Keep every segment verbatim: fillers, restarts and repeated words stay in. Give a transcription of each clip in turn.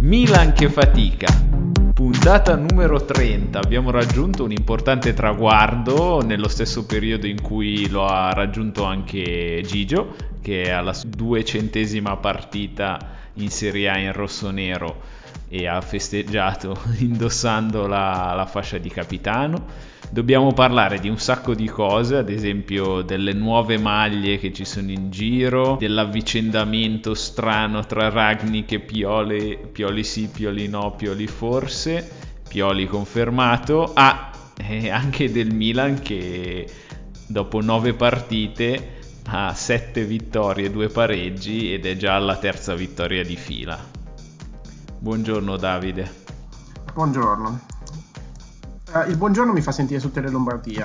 Milan che fatica. Puntata numero trenta. Abbiamo raggiunto un importante traguardo nello stesso periodo in cui lo ha raggiunto anche Gigio, che è alla duecentesima partita in Serie A in rossonero e ha festeggiato indossando la, la fascia di capitano. Dobbiamo parlare di un sacco di cose, ad esempio delle nuove maglie che ci sono in giro, dell'avvicendamento strano tra Rangnick e Pioli, Pioli sì, Pioli no, Pioli forse, Pioli confermato, ah, e anche del Milan che dopo nove partite ha sette vittorie e due pareggi ed è già alla terza vittoria di fila. Buongiorno Davide. Buongiorno. Uh, il buongiorno mi fa sentire su Tele Lombardia.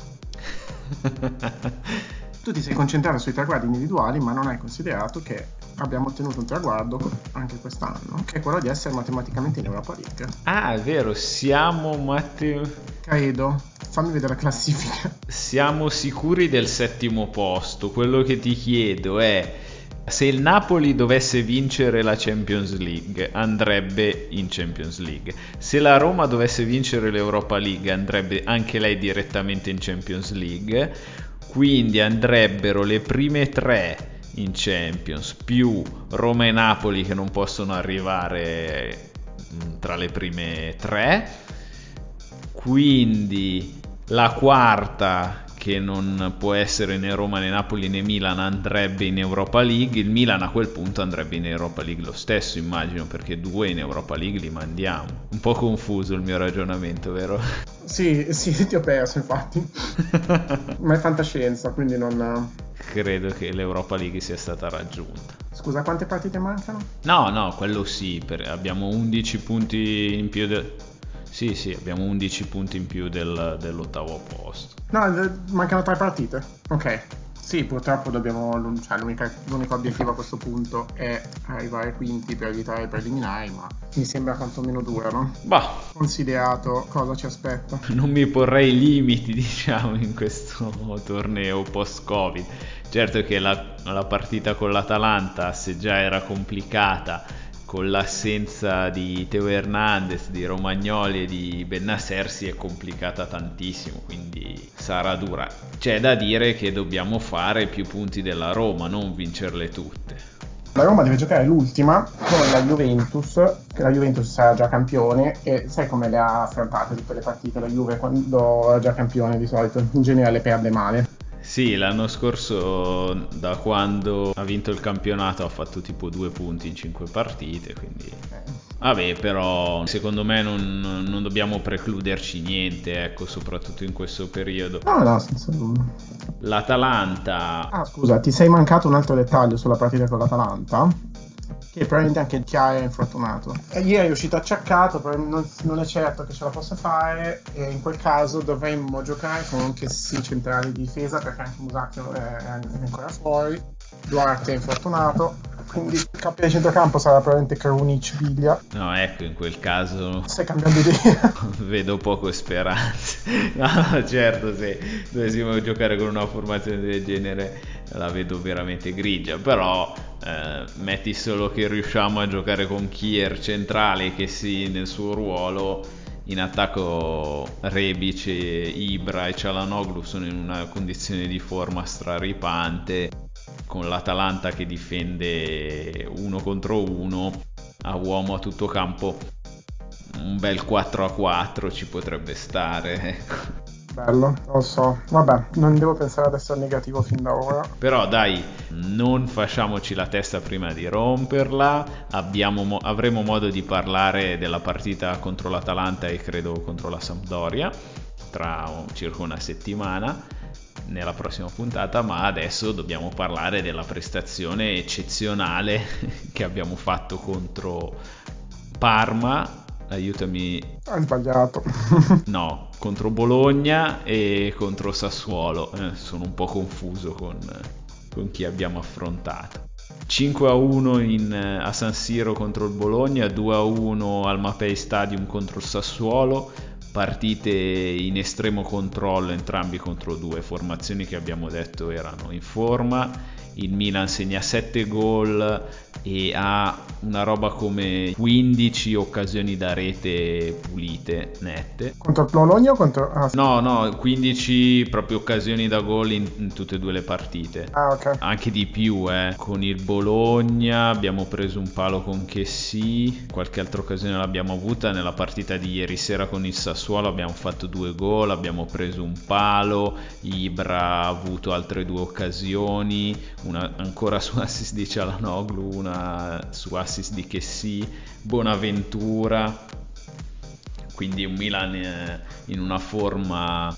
Tu ti sei concentrato sui traguardi individuali, ma non hai considerato che abbiamo ottenuto un traguardo anche quest'anno, che è quello di essere matematicamente in Europa League. Ah, è vero, siamo Matteo. Credo. Fammi vedere la classifica. Siamo sicuri del settimo posto. Quello che ti chiedo è: se il Napoli dovesse vincere la Champions League, andrebbe in Champions League. Se la Roma dovesse vincere l'Europa League, andrebbe anche lei direttamente in Champions League. Quindi andrebbero le prime tre in Champions, più Roma e Napoli che non possono arrivare tra le prime tre. Quindi la quarta, che non può essere né Roma né Napoli né Milan, andrebbe in Europa League. Il Milan a quel punto andrebbe in Europa League lo stesso, immagino, perché due in Europa League li mandiamo. Un po' confuso il mio ragionamento, vero? Sì, sì, ti ho perso infatti. Ma è fantascienza, quindi non... Credo che l'Europa League sia stata raggiunta. Scusa, quante partite mancano? No, no, quello sì, per... abbiamo undici punti in più del... Sì, sì, abbiamo undici punti in più del, dell'ottavo posto. No, mancano tre partite. Ok. Sì, purtroppo dobbiamo, cioè, l'unica, l'unico obiettivo a questo punto è arrivare ai quinti per evitare i preliminari, ma mi sembra quantomeno dura, no? Bah, considerato cosa ci aspetta. Non mi porrei limiti, diciamo, in questo torneo post-Covid. Certo che la, la partita con l'Atalanta, se già era complicata, con l'assenza di Teo Hernandez, di Romagnoli e di Bennacer, si è complicata tantissimo, quindi sarà dura. C'è da dire che dobbiamo fare più punti della Roma, non vincerle tutte. La Roma deve giocare l'ultima con la Juventus, che la Juventus sarà già campione, e sai come le ha affrontate tutte le partite la Juve quando è già campione di solito, in generale perde male. Sì, l'anno scorso, da quando ha vinto il campionato, ha fatto tipo due punti in cinque partite, quindi... Vabbè, però secondo me non, non dobbiamo precluderci niente, ecco, soprattutto in questo periodo. No, no, senza dubbio. L'Atalanta... Ah, scusa, ti sei mancato un altro dettaglio sulla partita con l'Atalanta? Che probabilmente anche Chiara è infortunato. E ieri è uscito acciaccato, però non, non è certo che ce la possa fare, e in quel caso dovremmo giocare con anche sì centrali di difesa, perché anche Musacchio è, è ancora fuori, Duarte è infortunato, quindi il capo di centrocampo sarà probabilmente Krunic Biglia. No, ecco, in quel caso... Stai cambiando idea? Vedo poco speranze. No, certo, se dovessimo giocare con una formazione del genere la vedo veramente grigia, però eh, metti solo che riusciamo a giocare con Kier centrale, che sì, nel suo ruolo. In attacco Rebic, Ibra e Çalhanoğlu sono in una condizione di forma straripante, con l'Atalanta che difende uno contro uno a uomo a tutto campo. Un bel quattro a quattro ci potrebbe stare, ecco. Bello, lo so. Vabbè, non devo pensare ad essere negativo fin da ora. Però dai, non facciamoci la testa prima di romperla. Abbiamo, avremo modo di parlare della partita contro l'Atalanta e credo contro la Sampdoria tra circa una settimana nella prossima puntata, ma adesso dobbiamo parlare della prestazione eccezionale che abbiamo fatto contro Parma. Aiutami. Hai sbagliato. No, contro Bologna e contro Sassuolo. Eh, sono un po' confuso con, con chi abbiamo affrontato. cinque a uno in, a San Siro contro il Bologna, due a uno al Mapei Stadium contro il Sassuolo. Partite in estremo controllo, entrambi contro due formazioni che abbiamo detto erano in forma. Il Milan segna sette gol, e ha una roba come quindici occasioni da rete pulite, nette. Contro il Bologna o contro... Ah, sì. No, no, quindici proprio occasioni da gol in, in tutte e due le partite. Ah, ok. Anche di più, eh. Con il Bologna abbiamo preso un palo con Chessy, qualche altra occasione l'abbiamo avuta. Nella partita di ieri sera con il Sassuolo abbiamo fatto due gol, abbiamo preso un palo, Ibra ha avuto altre due occasioni, una ancora su assist di Çalhanoğlu, una su assist di Chessy, Bonaventura. Quindi un Milan in una forma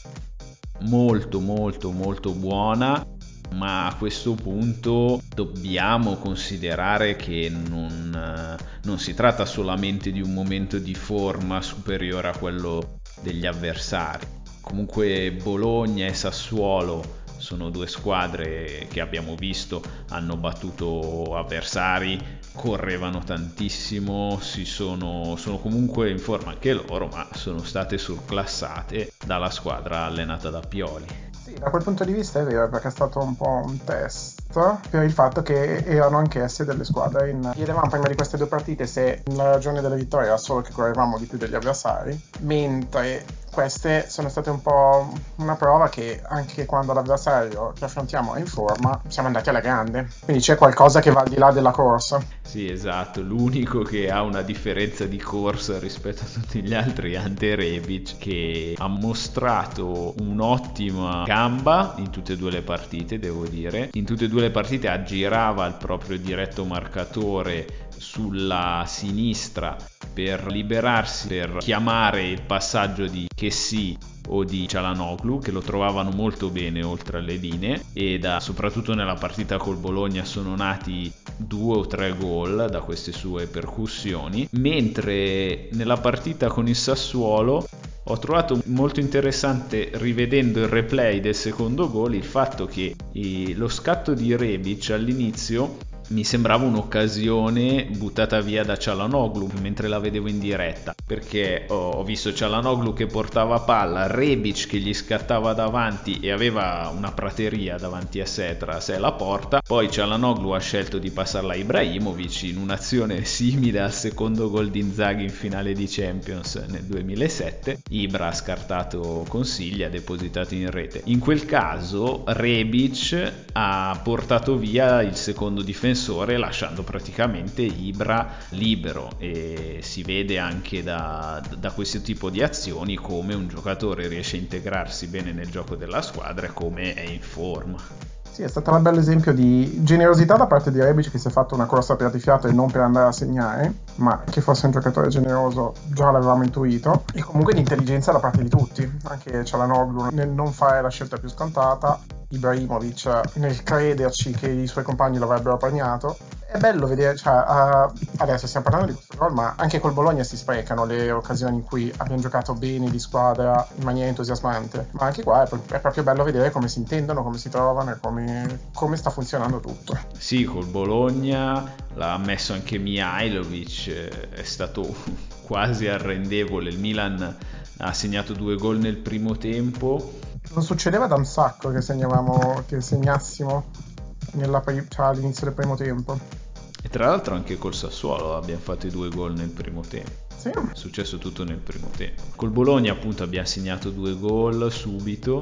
molto molto molto buona, ma a questo punto dobbiamo considerare che non, non si tratta solamente di un momento di forma superiore a quello degli avversari. Comunque Bologna e Sassuolo sono due squadre che abbiamo visto hanno battuto avversari, correvano tantissimo, si sono, sono comunque in forma anche loro, ma sono state surclassate dalla squadra allenata da Pioli. Sì, da quel punto di vista è vero, perché è stato un po' un test per il fatto che erano anch'esse delle squadre in... Chiedevamo prima di queste due partite se la ragione della vittoria era solo che correvamo di più degli avversari, mentre queste sono state un po' una prova che anche quando l'avversario che affrontiamo è in forma siamo andati alla grande, quindi c'è qualcosa che va al di là della corsa. Sì, esatto, l'unico che ha una differenza di corsa rispetto a tutti gli altri è Ante Rebic, che ha mostrato un'ottima gamba in tutte e due le partite, devo dire. In tutte e due le partite aggirava il proprio diretto marcatore sulla sinistra per liberarsi, per chiamare il passaggio di Chessy o di Çalhanoğlu, che lo trovavano molto bene oltre alle linee, e da, soprattutto nella partita col Bologna sono nati due o tre gol da queste sue percussioni, mentre nella partita con il Sassuolo ho trovato molto interessante, rivedendo il replay del secondo gol, il fatto che eh, lo scatto di Rebic all'inizio mi sembrava un'occasione buttata via da Çalhanoğlu mentre la vedevo in diretta, perché ho, ho visto Çalhanoğlu che portava palla, Rebic che gli scattava davanti e aveva una prateria davanti a sé tra sé e la porta, poi Çalhanoğlu ha scelto di passarla a Ibrahimovic in un'azione simile al secondo gol di Inzaghi in finale di Champions nel duemilasette. Ibra ha scartato Consigli, ha depositato in rete. In quel caso Rebic ha portato via il secondo difensore, lasciando praticamente Ibra libero, e si vede anche da, da questo tipo di azioni come un giocatore riesce a integrarsi bene nel gioco della squadra e come è in forma. Sì, è stato un bel esempio di generosità da parte di Rebic, che si è fatto una corsa per di fiato e non per andare a segnare, ma che fosse un giocatore generoso già l'avevamo intuito, e comunque di intelligenza da parte di tutti, anche Çalhanoğlu nel non fare la scelta più scontata, Ibrahimovic nel crederci che i suoi compagni lo avrebbero premiato. È bello vedere, cioè, uh, adesso stiamo parlando di questo gol, ma anche col Bologna si sprecano le occasioni in cui abbiamo giocato bene di squadra in maniera entusiasmante, ma anche qua è, è proprio bello vedere come si intendono, come si trovano e come, come sta funzionando tutto. Sì, col Bologna l'ha ammesso anche Mihajlovic, è stato quasi arrendevole. Il Milan ha segnato due gol nel primo tempo. Non succedeva da un sacco che segnavamo, che segnassimo nella, cioè, all'inizio del primo tempo. E tra l'altro anche col Sassuolo abbiamo fatto i due gol nel primo tempo. Sì. È successo tutto nel primo tempo. Col Bologna appunto abbiamo segnato due gol subito.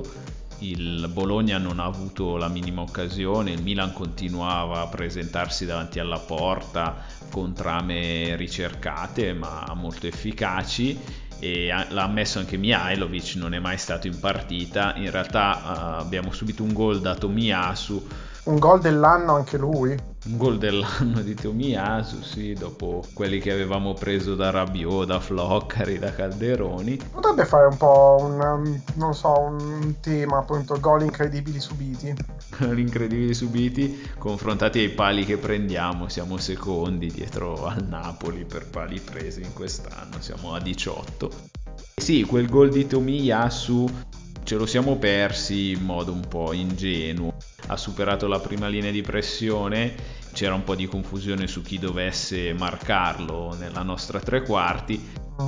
Il Bologna non ha avuto la minima occasione, il Milan continuava a presentarsi davanti alla porta con trame ricercate ma molto efficaci, e l'ha ammesso anche Mihajlovic, non è mai stato in partita. In realtà uh, abbiamo subito un gol da Tomiyasu. Un gol dell'anno anche lui. Un gol dell'anno di Tomiyasu, sì, dopo quelli che avevamo preso da Rabiot, da Floccari, da Calderoni. Potrebbe fare un po' un, non so, un tema, appunto, gol incredibili subiti. Gol incredibili subiti confrontati ai pali che prendiamo, siamo secondi dietro al Napoli per pali presi in quest'anno, siamo a diciotto. Sì, quel gol di Tomiyasu ce lo siamo persi in modo un po' ingenuo. Ha superato la prima linea di pressione, c'era un po' di confusione su chi dovesse marcarlo nella nostra tre quarti.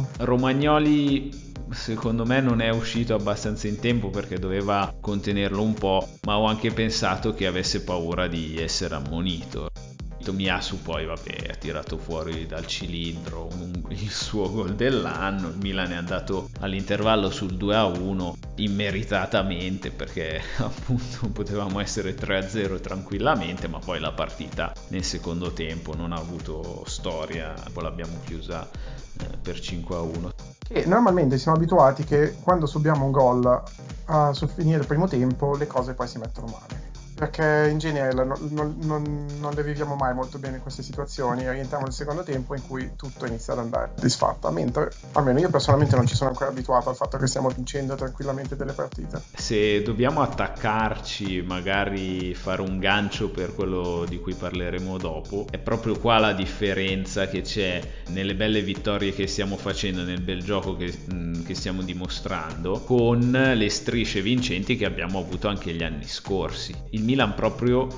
Romagnoli secondo me non è uscito abbastanza in tempo perché doveva contenerlo un po', ma ho anche pensato che avesse paura di essere ammonito. Tomiyasu poi vabbè ha tirato fuori dal cilindro un, il suo gol dell'anno, il Milan è andato all'intervallo sul due a uno immeritatamente, perché appunto potevamo essere tre a zero tranquillamente, ma poi la partita nel secondo tempo non ha avuto storia, poi l'abbiamo chiusa eh, per cinque a uno. Che normalmente siamo abituati che quando subiamo un gol uh, sul finire del primo tempo le cose poi si mettono male, perché in genere non, non, non, non le viviamo mai molto bene queste situazioni e rientriamo nel secondo tempo in cui tutto inizia ad andare disfatta, mentre almeno io personalmente non ci sono ancora abituato al fatto che stiamo vincendo tranquillamente delle partite. Se dobbiamo attaccarci, magari fare un gancio per quello di cui parleremo dopo, è proprio qua la differenza che c'è nelle belle vittorie che stiamo facendo, nel bel gioco che, che stiamo dimostrando, con le strisce vincenti che abbiamo avuto anche gli anni scorsi. Il Milan proprio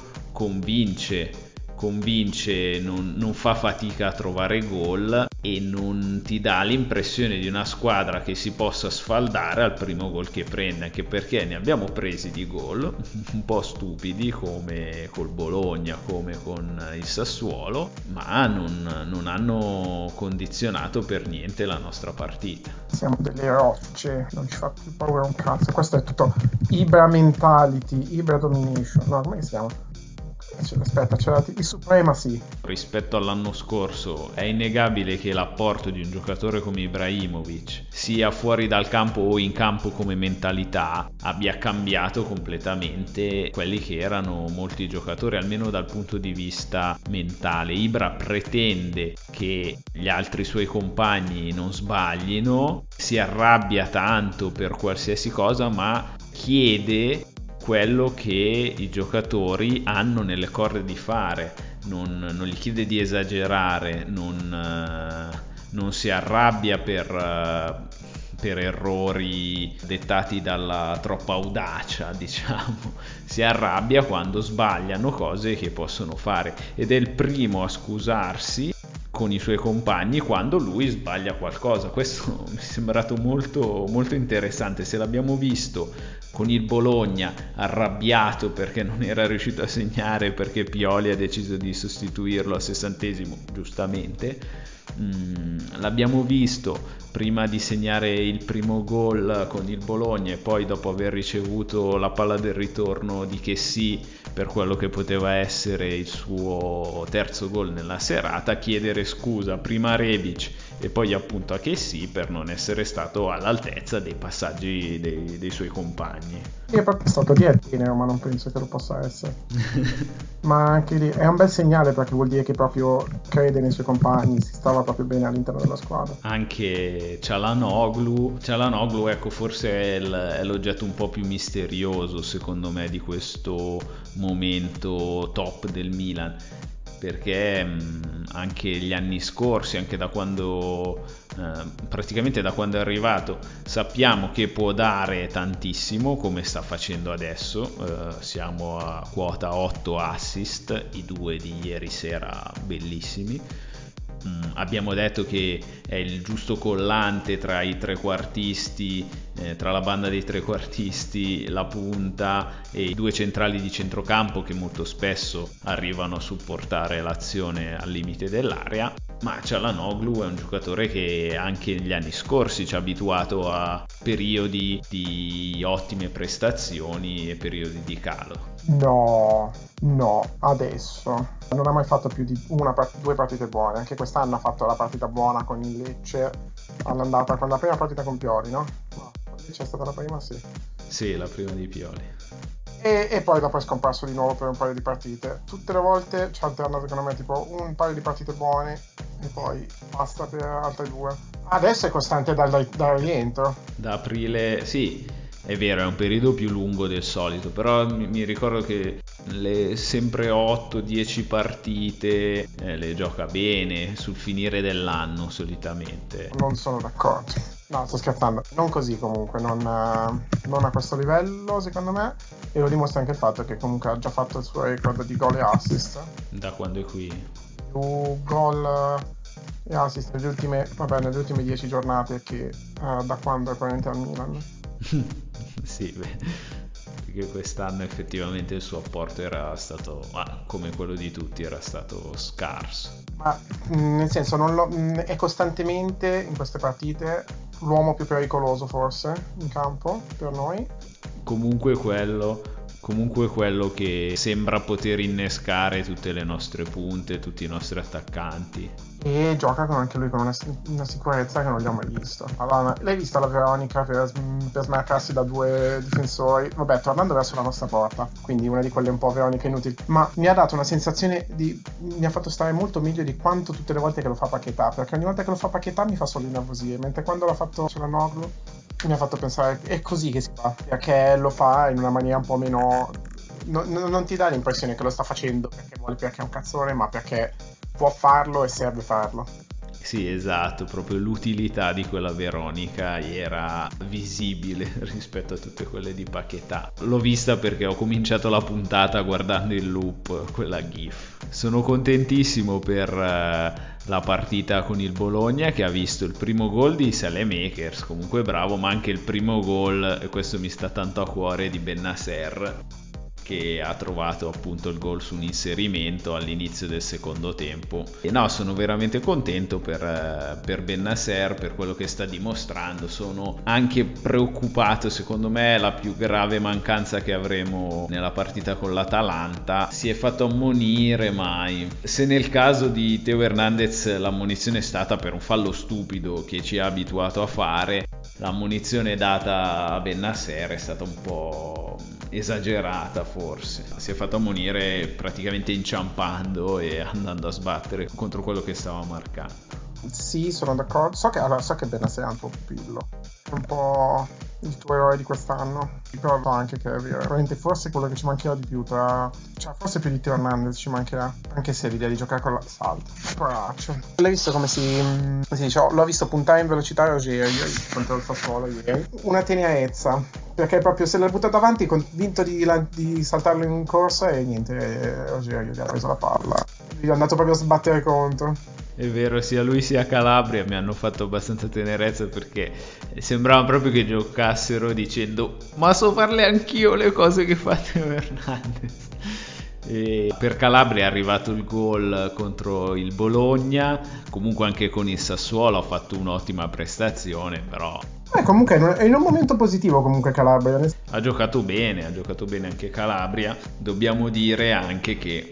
convince convince, non, non fa fatica a trovare gol e non ti dà l'impressione di una squadra che si possa sfaldare al primo gol che prende, anche perché ne abbiamo presi di gol un po' stupidi come col Bologna, come con il Sassuolo, ma non, non hanno condizionato per niente la nostra partita. Siamo delle rocce, non ci fa più paura un cazzo, questo è tutto Ibra mentality, Ibra domination, no, come si chiama? Aspetta, c'era il supremacy. Rispetto all'anno scorso è innegabile che l'apporto di un giocatore come Ibrahimovic, sia fuori dal campo o in campo come mentalità, abbia cambiato completamente quelli che erano molti giocatori, almeno dal punto di vista mentale. Ibra pretende che gli altri suoi compagni non sbaglino, si arrabbia tanto per qualsiasi cosa, ma chiede quello che i giocatori hanno nelle corde di fare, non, non gli chiede di esagerare, non, uh, non si arrabbia per, uh, per errori dettati dalla troppa audacia, diciamo, si arrabbia quando sbagliano cose che possono fare ed è il primo a scusarsi con i suoi compagni quando lui sbaglia qualcosa. Questo mi è sembrato molto, molto interessante. Se l'abbiamo visto con il Bologna arrabbiato perché non era riuscito a segnare, perché Pioli ha deciso di sostituirlo al sessantesimo, giustamente, mm, l'abbiamo visto prima di segnare il primo gol con il Bologna e poi dopo aver ricevuto la palla del ritorno di Chessy per quello che poteva essere il suo terzo gol nella serata, chiedere scusa prima a Rebic e poi appunto a Chessy per non essere stato all'altezza dei passaggi dei, dei suoi compagni. È proprio stato di Ateneo, ma non penso che lo possa essere. Ma anche lì è un bel segnale, perché vuol dire che proprio crede nei suoi compagni, si stava proprio bene all'interno della squadra. Anche Çalhanoğlu, Çalhanoğlu ecco forse è, il, è l'oggetto un po' più misterioso secondo me di questo momento top del Milan, perché mh, anche gli anni scorsi, anche da quando eh, praticamente da quando è arrivato, sappiamo che può dare tantissimo come sta facendo adesso. Eh, siamo a quota otto assist, i due di ieri sera bellissimi. Mm, abbiamo detto che è il giusto collante tra i trequartisti, eh, tra la banda dei trequartisti, la punta e i due centrali di centrocampo che molto spesso arrivano a supportare l'azione al limite dell'area. Ma Çalhanoğlu è un giocatore che anche negli anni scorsi ci ha abituato a periodi di ottime prestazioni e periodi di calo. No, no, adesso non ha mai fatto più di una, due partite buone. Anche quest'anno ha fatto la partita buona con il Lecce all'andata, con la prima partita con Pioli, no? No, con il Lecce è stata la prima, sì. Sì, la prima di Pioli. E, e poi dopo è scomparso di nuovo per un paio di partite. Tutte le volte ci alterna secondo me tipo un paio di partite buone e poi basta per altre due. Adesso è costante dal, dal rientro. Da aprile, sì, è vero, è un periodo più lungo del solito, però mi, mi ricordo che le sempre otto dieci partite eh, le gioca bene sul finire dell'anno solitamente. Non sono d'accordo. No, sto scherzando. Non così comunque, non, eh, non a questo livello secondo me. E lo dimostra anche il fatto che comunque ha già fatto il suo record di gol e assist. Da quando è qui? Più gol e assist nelle ultime, vabbè, nelle ultime dieci giornate che eh, da quando è presente al Milan. Sì, beh. perché quest'anno effettivamente il suo apporto era stato, ah, come quello di tutti, era stato scarso. Ma mh, nel senso, non lo, mh, è costantemente in queste partite l'uomo più pericoloso forse in campo per noi. Comunque quello, comunque quello che sembra poter innescare tutte le nostre punte, tutti i nostri attaccanti. E gioca con anche lui con una, una sicurezza che non gli ho mai visto. Madonna, l'hai vista la Veronica per, per smarcarsi da due difensori? Vabbè, tornando verso la nostra porta, quindi una di quelle un po' Veronica inutili, ma mi ha dato una sensazione di... mi ha fatto stare molto meglio di quanto tutte le volte che lo fa Paquetá, perché ogni volta che lo fa Paquetá mi fa solo innervosire, mentre quando l'ha fatto sulla Noglu mi ha fatto pensare è così che si fa, perché lo fa in una maniera un po' meno... No, no, non ti dà l'impressione che lo sta facendo perché vuole, perché è un cazzone, ma perché può farlo e serve farlo. Sì, esatto, proprio l'utilità di quella Veronica era visibile rispetto a tutte quelle di Paquetá. L'ho vista perché ho cominciato la puntata guardando il loop, quella GIF. Sono contentissimo per uh, la partita con il Bologna, che ha visto il primo gol di Saelemaekers, comunque bravo, ma anche il primo gol, e questo mi sta tanto a cuore, di Bennacer, che ha trovato appunto il gol su un inserimento all'inizio del secondo tempo. E no, sono veramente contento per, per Bennacer, per quello che sta dimostrando. Sono anche preoccupato, secondo me è la più grave mancanza che avremo nella partita con l'Atalanta. Si è fatto ammonire, ma se nel caso di Teo Hernandez l'ammonizione è stata per un fallo stupido che ci ha abituato a fare, l'ammonizione data a Bennacer è stata un po' esagerata forse. Si è fatto ammonire praticamente inciampando e andando a sbattere contro quello che stava marcando. Sì, sono d'accordo. So che, allora, so che Bennacer è un tuo pupillo, è un po' il tuo eroe di quest'anno, però so anche che è veramente forse quello che ci mancherà di più tra... cioè forse più di Teo Hernandez ci mancherà, anche se l'idea di giocare con l'assalto. Poraccio. L'hai visto come si, come si dice? Oh, l'ho visto puntare in velocità a Rogerio contro il Sassuolo ieri. Una tenerezza, perché proprio se l'ha buttato avanti, convinto di, di saltarlo in corsa e niente, Rogerio gli ha preso la palla. Gli è andato proprio a sbattere contro. È vero, sia lui sia Calabria mi hanno fatto abbastanza tenerezza, perché sembrava proprio che giocassero dicendo ma so farle anch'io le cose che fa Teo Hernandez. E per Calabria è arrivato il gol contro il Bologna, comunque anche con il Sassuolo ha fatto un'ottima prestazione, però Eh, comunque è in un momento positivo comunque Calabria. ha giocato bene, ha giocato bene anche Calabria. Dobbiamo dire anche che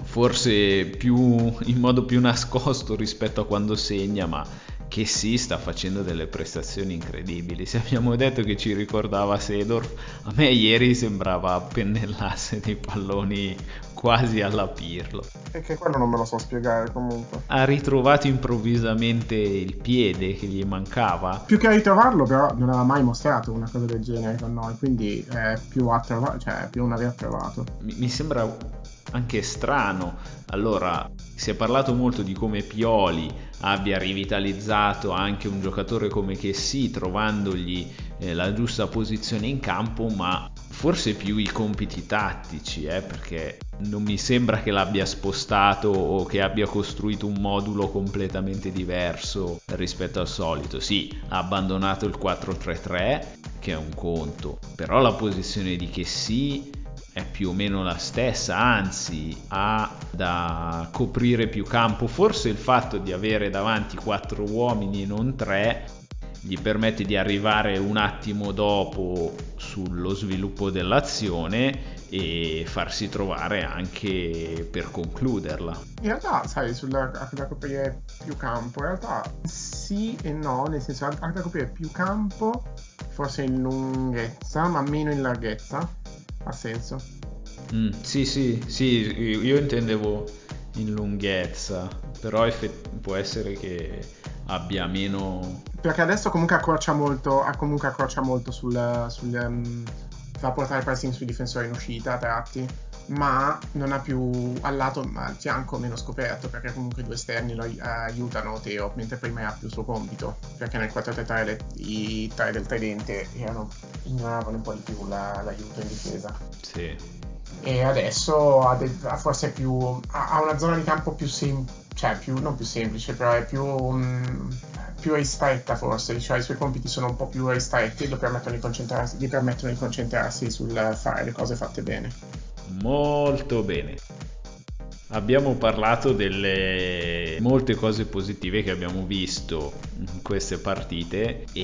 forse più in modo più nascosto rispetto a quando segna, ma che sì, sta facendo delle prestazioni incredibili. Se abbiamo detto che ci ricordava Seedorf, a me ieri sembrava pennellasse dei palloni quasi alla Pirlo. E che quello non me lo so spiegare comunque. Ha ritrovato improvvisamente il piede che gli mancava. Più che a ritrovarlo, però non aveva mai mostrato una cosa del genere con noi, quindi è più a trovato, cioè è più un aver trovato. Mi, mi sembra anche strano. Allora, si è parlato molto di come Pioli abbia rivitalizzato anche un giocatore come Chessy, trovandogli eh, la giusta posizione in campo, ma forse più i compiti tattici, eh, perché non mi sembra che l'abbia spostato o che abbia costruito un modulo completamente diverso rispetto al solito. Sì, ha abbandonato il quattro tre tre, che è un conto, però la posizione di Chessy è più o meno la stessa, anzi ha da coprire più campo. Forse il fatto di avere davanti quattro uomini e non tre gli permette di arrivare un attimo dopo sullo sviluppo dell'azione e farsi trovare anche per concluderla. In realtà, sai, sulla da coprire più campo, in realtà sì e no, nel senso anche da coprire più campo, forse in lunghezza, ma meno in larghezza. Ha senso. Mm, sì, sì, sì, io intendevo in lunghezza, però effett- può essere che abbia meno... Perché adesso comunque accorcia molto, comunque accorcia molto sul, sul um, fa portare pressing sui difensori in uscita a tratti, ma non ha più al lato, al fianco meno scoperto, perché comunque i due esterni lo aiutano Teo, mentre prima era più il suo compito, perché nel quattro tre tre i tre del tridente erano, ignoravano un po' di più la, l'aiuto in difesa. Sì. E adesso ha, de- ha forse più ha, ha una zona di campo più semplice, cioè più non più semplice, però è più um, più ristretta forse, cioè i suoi compiti sono un po' più ristretti e gli permettono di concentrarsi, gli permettono di concentrarsi sul fare le cose fatte bene. Molto bene. Abbiamo parlato delle molte cose positive che abbiamo visto in queste partite e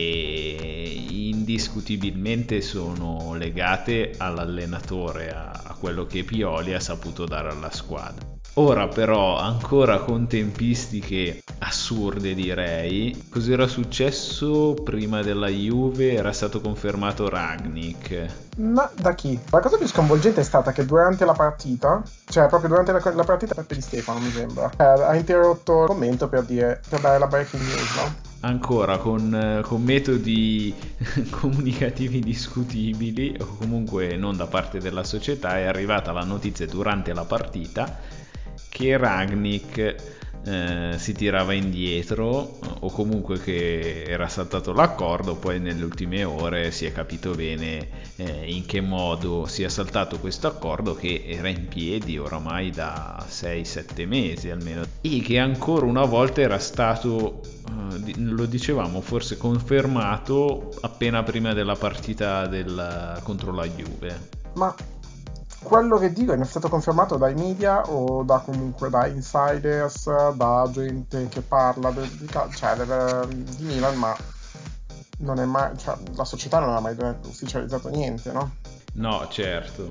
che indiscutibilmente sono legate all'allenatore, a, a quello che Pioli ha saputo dare alla squadra. Ora però, ancora con tempistiche assurde direi, cos'era successo prima della Juve? Era stato confermato Rangnick. Ma da chi? La cosa più sconvolgente è stata che durante la partita, cioè proprio durante la, la partita Peppe Di Stefano mi sembra, eh, ha interrotto il commento per dire, per dare la breaking news, no? Ancora con, con metodi comunicativi discutibili o comunque non da parte della società, è arrivata la notizia durante la partita che Rangnick eh, si tirava indietro o comunque che era saltato l'accordo. Poi nelle ultime ore si è capito bene eh, in che modo sia saltato questo accordo, che era in piedi oramai da sei sette mesi almeno e che ancora una volta era stato, eh, lo dicevamo, forse confermato appena prima della partita del, contro la Juve. Ma quello che dico è stato confermato dai media o da comunque da insiders, da gente che parla del, di, cioè del, di Milan, ma non è mai, cioè, la società non ha mai ufficializzato niente, no? No, certo.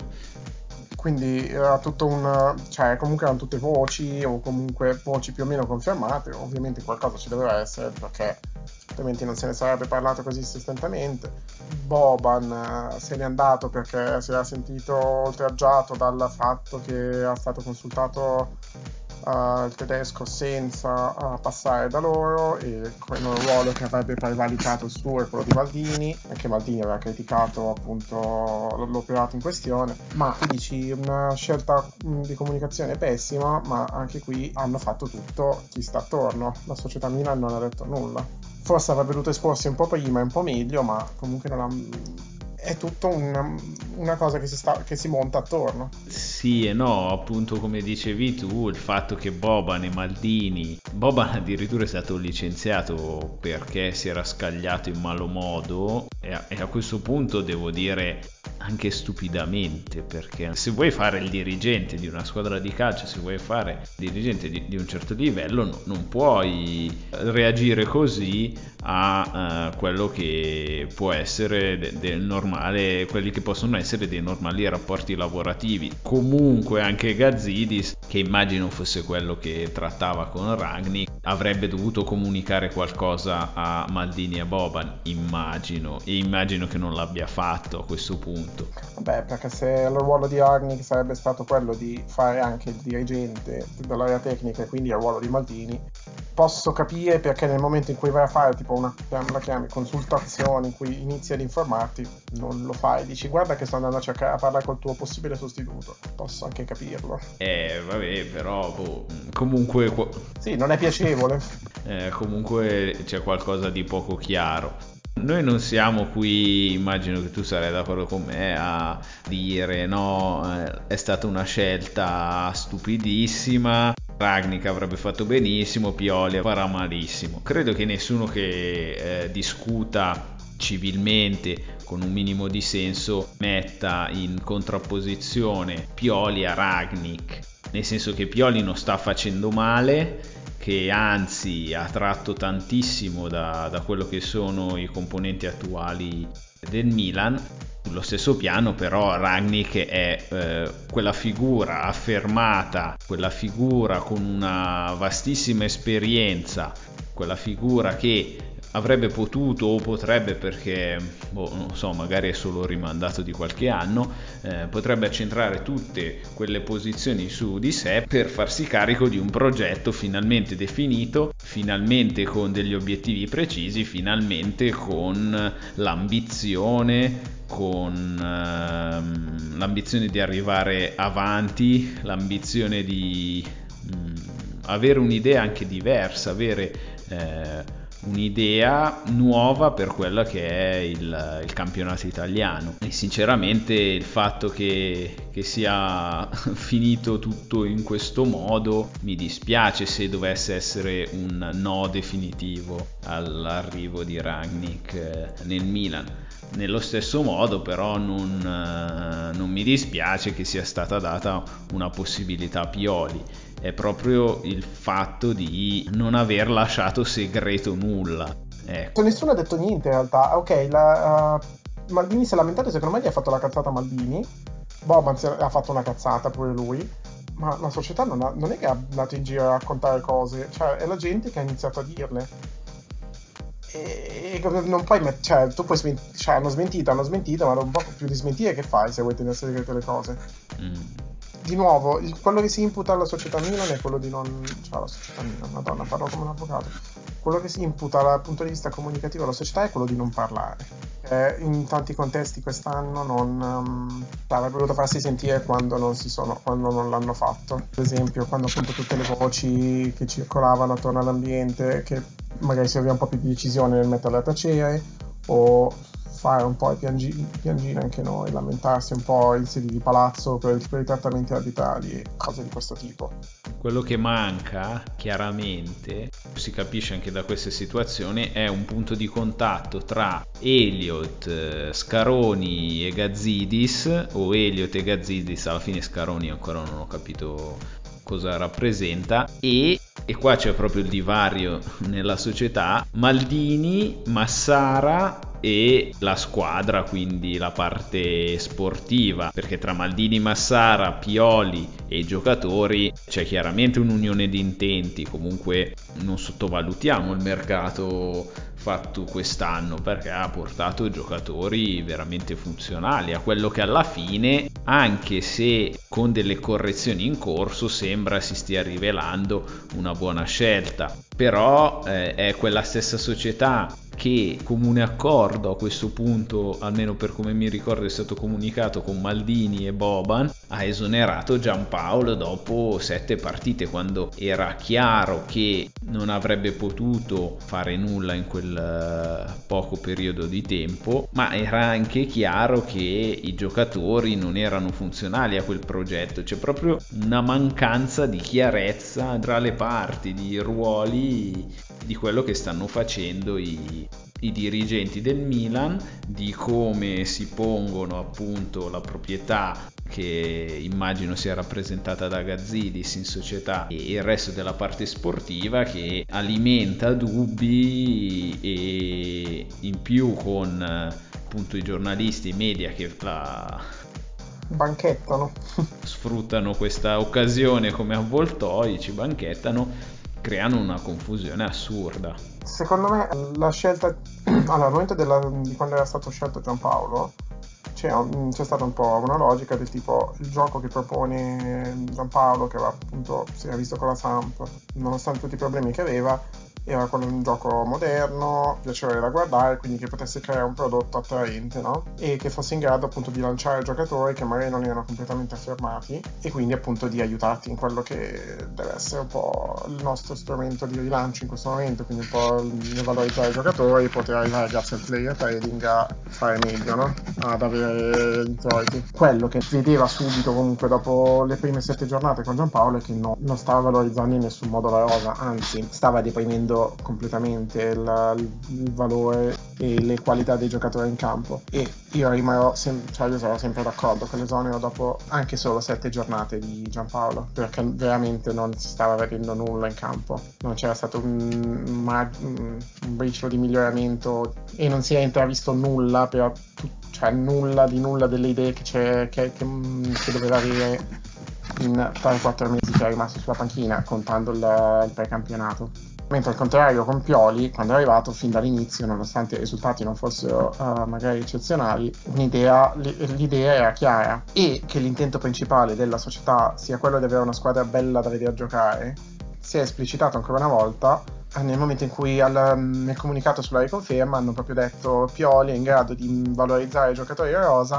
Quindi era tutto un, cioè comunque erano tutte voci o comunque voci più o meno confermate. Ovviamente qualcosa ci doveva essere perché altrimenti non se ne sarebbe parlato così insistentemente. Boban uh, se n'è andato perché si era sentito oltraggiato dal fatto che era stato consultato uh, il tedesco senza uh, passare da loro, e con un ruolo che avrebbe prevalicato il suo e quello di Maldini. Anche Maldini aveva criticato appunto l'operato in questione. Ma tu dici una scelta mh, di comunicazione pessima, ma anche qui hanno fatto tutto chi sta attorno. La società Milan non ha detto nulla. Forse avrebbe dovuto esporsi un po' prima e un po' meglio, ma comunque non ha... è tutto una, una cosa che si, sta, che si monta attorno. Sì e no, appunto come dicevi tu, il fatto che Boban e Maldini, Boban addirittura è stato licenziato perché si era scagliato in malo modo, e a, e a questo punto devo dire anche stupidamente, perché se vuoi fare il dirigente di una squadra di calcio, se vuoi fare il dirigente di, di un certo livello, no, non puoi reagire così a uh, quello che può essere de- del normale, quelli che possono essere dei normali rapporti lavorativi. Comunque anche Gazidis, che immagino fosse quello che trattava con Rangnick, avrebbe dovuto comunicare qualcosa a Maldini e Boban, immagino, e immagino che non l'abbia fatto a questo punto. Vabbè, perché se il ruolo di Rangnick sarebbe stato quello di fare anche il dirigente dell'area tecnica e quindi il ruolo di Maldini, posso capire perché nel momento in cui vai a fare tipo una, la chiami, consultazione in cui inizi ad informarti, non lo fai, dici guarda che sto andando a cercare a parlare col tuo possibile sostituto. Posso anche capirlo. Eh vabbè, però boh, comunque sì, non è piacevole. eh, comunque c'è qualcosa di poco chiaro. Noi non siamo qui, immagino che tu sarai d'accordo con me, a dire no, eh, è stata una scelta stupidissima, Rangnick avrebbe fatto benissimo, Pioli farà malissimo. Credo che nessuno che eh, discuta civilmente, con un minimo di senso, metta in contrapposizione Pioli a Rangnick, nel senso che Pioli non sta facendo male, che anzi ha tratto tantissimo da, da quello che sono i componenti attuali del Milan. Sullo stesso piano però Rangnick è eh, quella figura affermata, quella figura con una vastissima esperienza, quella figura che avrebbe potuto o potrebbe, perché boh, non so, magari è solo rimandato di qualche anno, eh, potrebbe accentrare tutte quelle posizioni su di sé per farsi carico di un progetto finalmente definito, finalmente con degli obiettivi precisi, finalmente con l'ambizione con ehm, l'ambizione di arrivare avanti, l'ambizione di mh, avere un'idea anche diversa, avere eh, un'idea nuova per quella che è il, il campionato italiano. E sinceramente il fatto che, che sia finito tutto in questo modo mi dispiace, se dovesse essere un no definitivo all'arrivo di Rangnick nel Milan. Nello stesso modo però non, non mi dispiace che sia stata data una possibilità a Pioli. È proprio il fatto di non aver lasciato segreto nulla. Ecco. Nessuno ha detto niente in realtà. Ok, la, uh, Maldini si è lamentato, secondo me gli ha fatto la cazzata Maldini. Boban ha fatto una cazzata pure lui. Ma la società non, ha, non è che è andato in giro a raccontare cose, cioè è la gente che ha iniziato a dirle. E non puoi met- cioè tu puoi sment- cioè hanno smentito, hanno smentito, ma un po' più di smentire che fai se vuoi tenere segrete le cose. Mm. Di nuovo, il, quello che si imputa alla società Milan è quello di non... cioè la società Milan, madonna, parlo come un avvocato. Quello che si imputa dal punto di vista comunicativo alla società è quello di non parlare. Eh, in tanti contesti quest'anno non... Um, avrebbe voluto farsi sentire quando non si sono, quando non l'hanno fatto. Per esempio, quando appunto tutte le voci che circolavano attorno all'ambiente, che magari serviva un po' più di decisione nel metterle a tacere, o fare un po' i piangi- piangine anche noi, lamentarsi un po' in sedi di palazzo per, per i trattamenti arbitrali, cose di questo tipo. Quello che manca, chiaramente, si capisce anche da queste situazioni, è un punto di contatto tra Elliott, Scaroni e Gazzidis, o Elliott e Gazzidis, alla fine Scaroni ancora non ho capito cosa rappresenta, e, e qua c'è proprio il divario nella società, Maldini, Massara e la squadra, quindi la parte sportiva, perché tra Maldini, Massara, Pioli e i giocatori c'è chiaramente un'unione di intenti. Comunque non sottovalutiamo il mercato fatto quest'anno, perché ha portato giocatori veramente funzionali a quello che alla fine, anche se con delle correzioni in corso, sembra si stia rivelando una buona scelta. Però eh, è quella stessa società che, comune accordo a questo punto, almeno per come mi ricordo è stato comunicato, con Maldini e Boban, ha esonerato Giampaolo dopo sette partite, quando era chiaro che non avrebbe potuto fare nulla in quel uh, poco periodo di tempo, ma era anche chiaro che i giocatori non erano funzionali a quel progetto. C'è proprio una mancanza di chiarezza tra le parti, di ruoli, di quello che stanno facendo i, i dirigenti del Milan, di come si pongono appunto la proprietà, che immagino sia rappresentata da Gazzidis in società, e il resto della parte sportiva, che alimenta dubbi, e in più con appunto i giornalisti, i media che la banchettano sfruttano questa occasione come avvoltoi, ci banchettano, creano una confusione assurda. Secondo me la scelta, allora al momento della, di quando era stato scelto Giampaolo c'è, un, c'è stata un po' una logica del tipo: il gioco che propone Giampaolo, che aveva appunto si era visto con la Samp, nonostante tutti i problemi che aveva, era quello un gioco moderno, piacevole da guardare, quindi che potesse creare un prodotto attraente, no? E che fosse in grado appunto di lanciare giocatori che magari non erano completamente affermati, e quindi appunto di aiutarti in quello che deve essere un po' il nostro strumento di rilancio in questo momento, quindi un po' nel valorizzare i giocatori, poter arrivare grazie al player trading a fare meglio, no? Ad avere introiti. Quello che vedeva subito comunque dopo le prime sette giornate con Giampaolo è che no, non stava valorizzando in nessun modo la rosa, anzi stava deprimendo completamente il, il valore e le qualità dei giocatori in campo. E io rimarrò sem- cioè io sarò sempre d'accordo con l'esonero dopo anche solo sette giornate di Giampaolo, perché veramente non si stava vedendo nulla in campo, non c'era stato un, mag- un briciolo di miglioramento e non si è intravisto nulla per tutto, cioè nulla di nulla delle idee che, c'è, che, che, che doveva avere in tre quattro mesi che è rimasto sulla panchina, contando il, il precampionato. Mentre al contrario con Pioli, quando è arrivato fin dall'inizio, nonostante i risultati non fossero uh, magari eccezionali, un'idea, l'idea era chiara, e che l'intento principale della società sia quello di avere una squadra bella da vedere giocare si è esplicitato ancora una volta nel momento in cui al, nel comunicato sulla riconferma hanno proprio detto: Pioli è in grado di valorizzare i giocatori rosa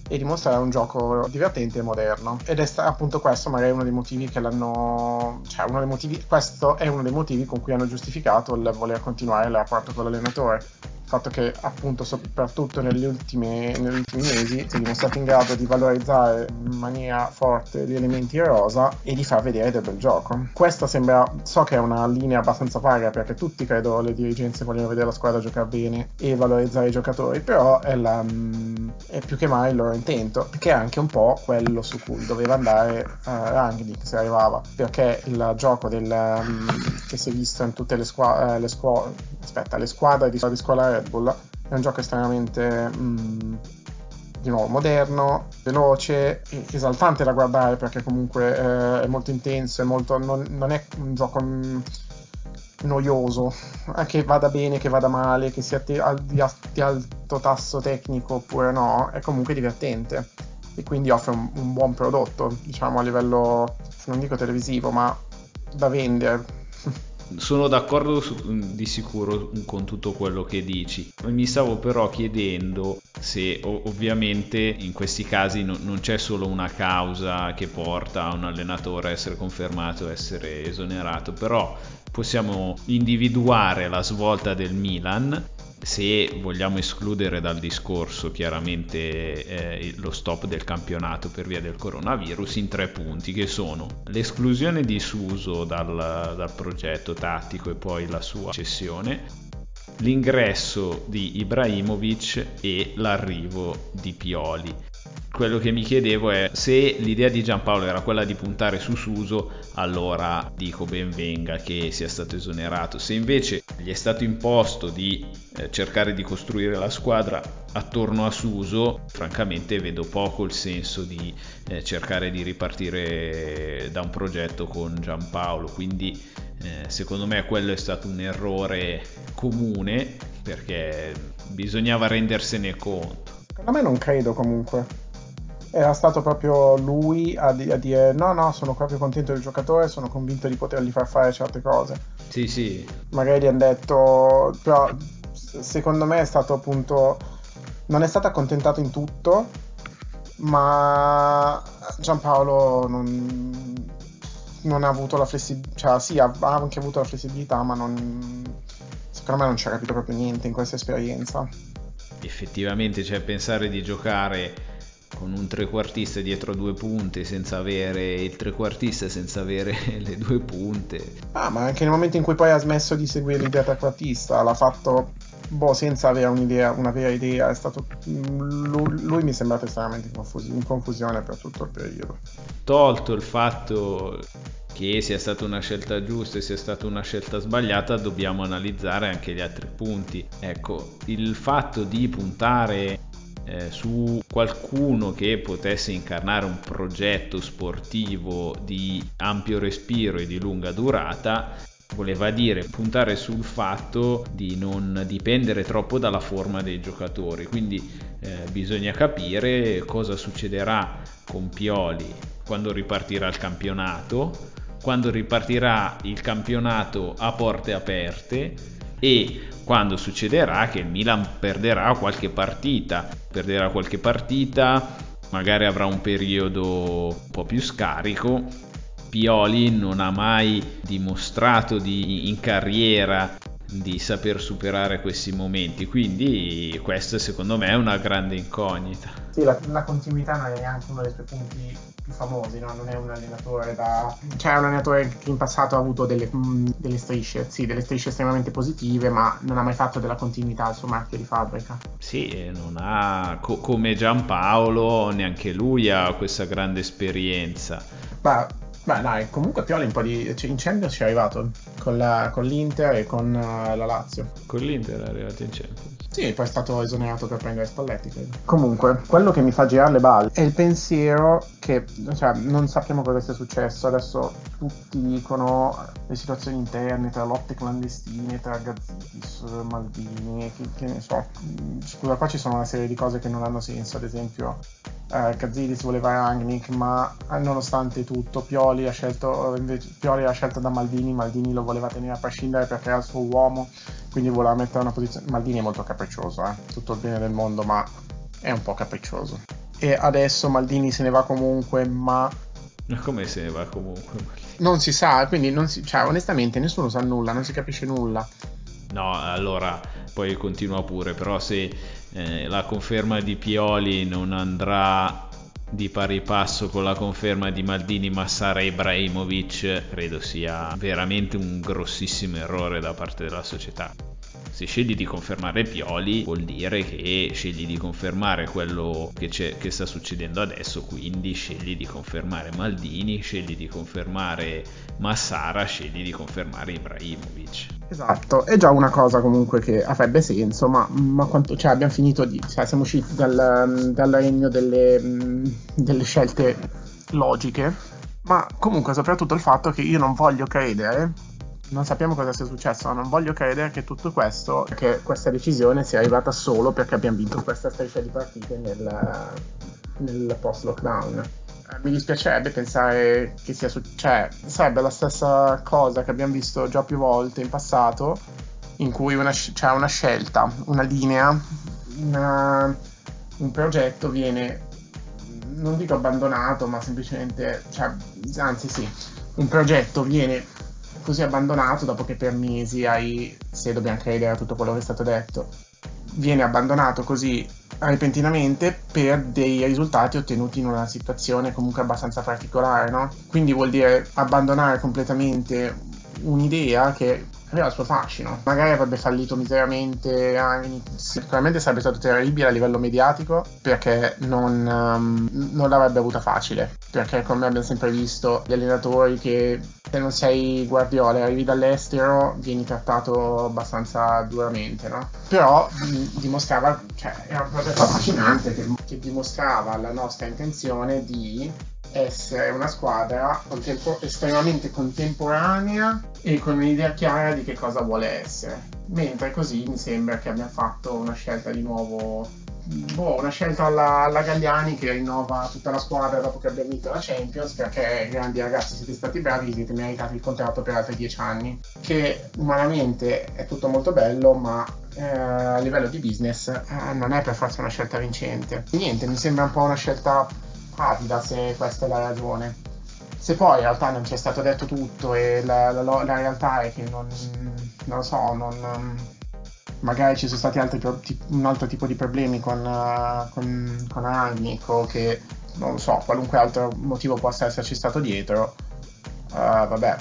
e dimostrare un gioco divertente e moderno. Ed è sta- appunto questo magari uno dei motivi che l'hanno, cioè uno dei motivi, questo è uno dei motivi con cui hanno giustificato il voler continuare il rapporto con l'allenatore. Il fatto che appunto soprattutto negli ultimi, negli ultimi mesi si è dimostrato in grado di valorizzare in maniera forte gli elementi rosa e di far vedere del bel gioco. Questa sembra, so che è una linea abbastanza vaga, perché tutti credo le dirigenze vogliono vedere la squadra giocare bene e valorizzare i giocatori, però è, la, è più che mai il loro intento, che è anche un po' quello su cui doveva andare uh, Rangnick se arrivava, perché il gioco del, um, che si è visto in tutte le squadre, le scuole, aspetta, le squadre di, di scuola Red Bull è un gioco estremamente mh, di nuovo moderno, veloce, esaltante da guardare, perché comunque eh, è molto intenso, è molto, non, non è un gioco mh, noioso, eh, che vada bene, che vada male, che sia te- al, di, di alto tasso tecnico oppure no, è comunque divertente e quindi offre un, un buon prodotto, diciamo a livello, non dico televisivo, ma da vendere. Sono d'accordo su, di sicuro con tutto quello che dici. Mi stavo però chiedendo se ovviamente in questi casi no, non c'è solo una causa che porta un allenatore a essere confermato o essere esonerato, però possiamo individuare la svolta del Milan, se vogliamo escludere dal discorso chiaramente eh, lo stop del campionato per via del coronavirus, in tre punti, che sono l'esclusione di Suso dal, dal progetto tattico e poi la sua cessione, l'ingresso di Ibrahimovic e l'arrivo di Pioli. Quello che mi chiedevo è se l'idea di Giampaolo era quella di puntare su Suso, allora dico ben venga che sia stato esonerato. Se invece gli è stato imposto di eh, cercare di costruire la squadra attorno a Suso, francamente vedo poco il senso di eh, cercare di ripartire da un progetto con Giampaolo. Quindi eh, secondo me quello è stato un errore comune, perché bisognava rendersene conto. Secondo me non credo comunque. Era stato proprio lui a, di- a dire no no, sono proprio contento del giocatore, sono convinto di potergli far fare certe cose. Sì, sì. Magari gli hanno detto, però secondo me è stato appunto, non è stato accontentato in tutto, ma Giampaolo non, non ha avuto la flessibilità, cioè sì, ha, ha anche avuto la flessibilità, ma non, secondo me non ci ha capito proprio niente in questa esperienza. Effettivamente, cioè pensare di giocare con un trequartista dietro due punte senza avere il trequartista, senza avere le due punte. Ah, ma anche nel momento in cui poi ha smesso di seguire l'idea trequartista, l'ha fatto boh, senza avere un'idea, una vera idea. È stato lui, lui mi è sembrato estremamente in, confus- in confusione per tutto il periodo. Tolto il fatto che sia stata una scelta giusta e sia stata una scelta sbagliata, dobbiamo analizzare anche gli altri punti. Ecco, il fatto di puntare eh, su qualcuno che potesse incarnare un progetto sportivo di ampio respiro e di lunga durata voleva dire puntare sul fatto di non dipendere troppo dalla forma dei giocatori. Quindi eh, bisogna capire cosa succederà con Pioli quando ripartirà il campionato, quando ripartirà il campionato a porte aperte e quando succederà che il Milan perderà qualche partita, perderà qualche partita, magari avrà un periodo un po' più scarico. Pioli non ha mai dimostrato di, in carriera di saper superare questi momenti, quindi questa secondo me è una grande incognita. Sì, la, la continuità non è neanche uno dei suoi punti più famosi, no? Non è un allenatore da... cioè è un allenatore che in passato ha avuto delle, mh, delle strisce, sì, delle strisce estremamente positive, ma non ha mai fatto della continuità al suo marchio di fabbrica. Sì, non ha, co- come Giampaolo, neanche lui ha questa grande esperienza. Ma, beh, dai, comunque Pioli un po' di... cioè, in Champions ci è arrivato con, la, con l'Inter e con uh, la Lazio. Con l'Inter è arrivato in Champions. Sì, poi è stato esonerato per prendere Spalletti, credo. Comunque, quello che mi fa girare le balle è il pensiero che, cioè, non sappiamo cosa sia successo. Adesso tutti dicono le situazioni interne, tra lotte clandestine, tra Gazzitis, Maldini, che, che ne so. Scusa, qua ci sono una serie di cose che non hanno senso, ad esempio... Uh, Gazidis voleva Rangnick, ma nonostante tutto Pioli ha scelto invece, Pioli era scelto da Maldini, Maldini lo voleva tenere a prescindere perché era il suo uomo, quindi voleva mettere una posizione. Maldini è molto capriccioso, eh? Tutto il bene del mondo, ma è un po' capriccioso. e adesso Maldini se ne va comunque, ma Come se ne va comunque? non si sa, quindi non si, cioè, onestamente nessuno sa nulla, non si capisce nulla. No, allora poi continua pure, però se eh, la conferma di Pioli non andrà di pari passo con la conferma di Maldini, Massara e Ibrahimovic, credo sia veramente un grossissimo errore da parte della società. Se scegli di confermare Pioli vuol dire che scegli di confermare quello che, c'è, che sta succedendo adesso, quindi scegli di confermare Maldini, scegli di confermare Massara, scegli di confermare Ibrahimovic. Esatto, è già una cosa comunque che avrebbe senso, ma, ma quanto, cioè, abbiamo finito di, cioè, siamo usciti dal, dal regno delle, delle scelte logiche, ma comunque soprattutto il fatto che io non voglio credere, non sappiamo cosa sia successo, ma non voglio credere che tutto questo, che questa decisione sia arrivata solo perché abbiamo vinto questa striscia di partite nel, nel post-lockdown. Mi dispiacerebbe pensare che sia su- cioè, sarebbe la stessa cosa che abbiamo visto già più volte in passato, in cui una, sc- c'è una scelta, una linea, una- un progetto viene, non dico abbandonato, ma semplicemente, cioè, anzi sì, un progetto viene così abbandonato dopo che per mesi hai, se dobbiamo credere a tutto quello che è stato detto, viene abbandonato così repentinamente per dei risultati ottenuti in una situazione comunque abbastanza particolare, no? Quindi vuol dire abbandonare completamente un'idea che aveva il suo fascino. Magari avrebbe fallito miseramente, sicuramente sarebbe stato terribile a livello mediatico perché non, um, non l'avrebbe avuta facile. Perché come abbiamo sempre visto, gli allenatori che se non sei Guardiola e arrivi dall'estero vieni trattato abbastanza duramente, no? Però mh, dimostrava, cioè era un progetto affascinante che, che dimostrava la nostra intenzione di essere una squadra contempo- estremamente contemporanea e con un'idea chiara di che cosa vuole essere. Mentre così mi sembra che abbia fatto una scelta di nuovo, boh, una scelta alla, alla Galliani che rinnova tutta la squadra dopo che abbiamo vinto la Champions, perché grandi ragazzi, siete stati bravi, siete meritati il contratto per altri dieci anni, che umanamente è tutto molto bello, ma eh, a livello di business eh, non è per forza una scelta vincente. Niente, mi sembra un po' una scelta avida, se questa è la ragione. Se poi in realtà non ci è stato detto tutto e la, la, la realtà è che non, non lo so, non, magari ci sono stati altri pro, un altro tipo di problemi con, uh, con, con Rangnick o che non lo so, qualunque altro motivo possa esserci stato dietro, uh, vabbè.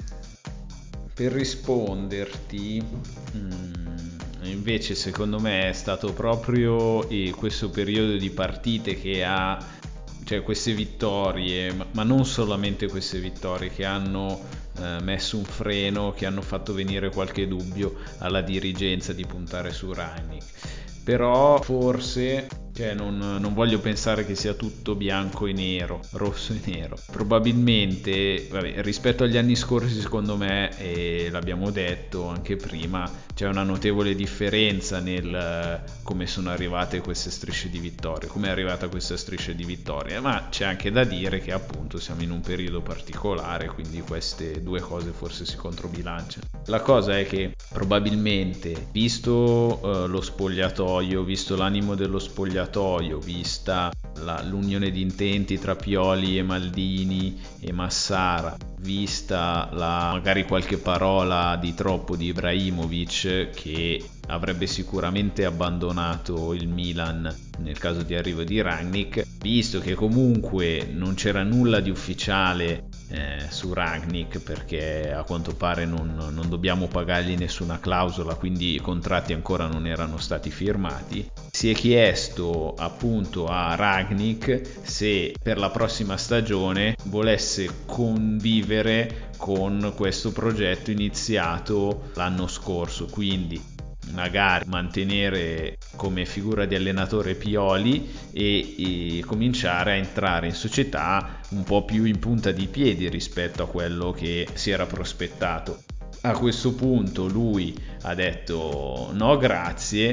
Per risponderti, mh, invece secondo me è stato proprio eh, questo periodo di partite che ha, cioè queste vittorie, ma, ma non solamente queste vittorie, che hanno eh, messo un freno, che hanno fatto venire qualche dubbio alla dirigenza di puntare su Rangnick. Però forse, cioè non, non voglio pensare che sia tutto bianco e nero, rosso e nero. Probabilmente, vabbè, rispetto agli anni scorsi, secondo me, e l'abbiamo detto anche prima, c'è una notevole differenza nel come sono arrivate queste strisce di vittorie, come è arrivata questa striscia di vittorie, ma c'è anche da dire che appunto siamo in un periodo particolare, quindi queste due cose forse si controbilanciano. La cosa è che probabilmente, visto uh, lo spogliatoio, visto l'animo dello spogliatoio, vista la, l'unione di intenti tra Pioli e Maldini e Massara, vista la, magari qualche parola di troppo di Ibrahimovic, che avrebbe sicuramente abbandonato il Milan nel caso di arrivo di Rangnick, visto che comunque non c'era nulla di ufficiale eh, su Rangnick, perché a quanto pare non, non dobbiamo pagargli nessuna clausola, quindi i contratti ancora non erano stati firmati, si è chiesto appunto a Rangnick se per la prossima stagione volesse convivere con questo progetto iniziato l'anno scorso, quindi magari mantenere come figura di allenatore Pioli e, e cominciare a entrare in società un po' più in punta di piedi rispetto a quello che si era prospettato. A questo punto lui ha detto no grazie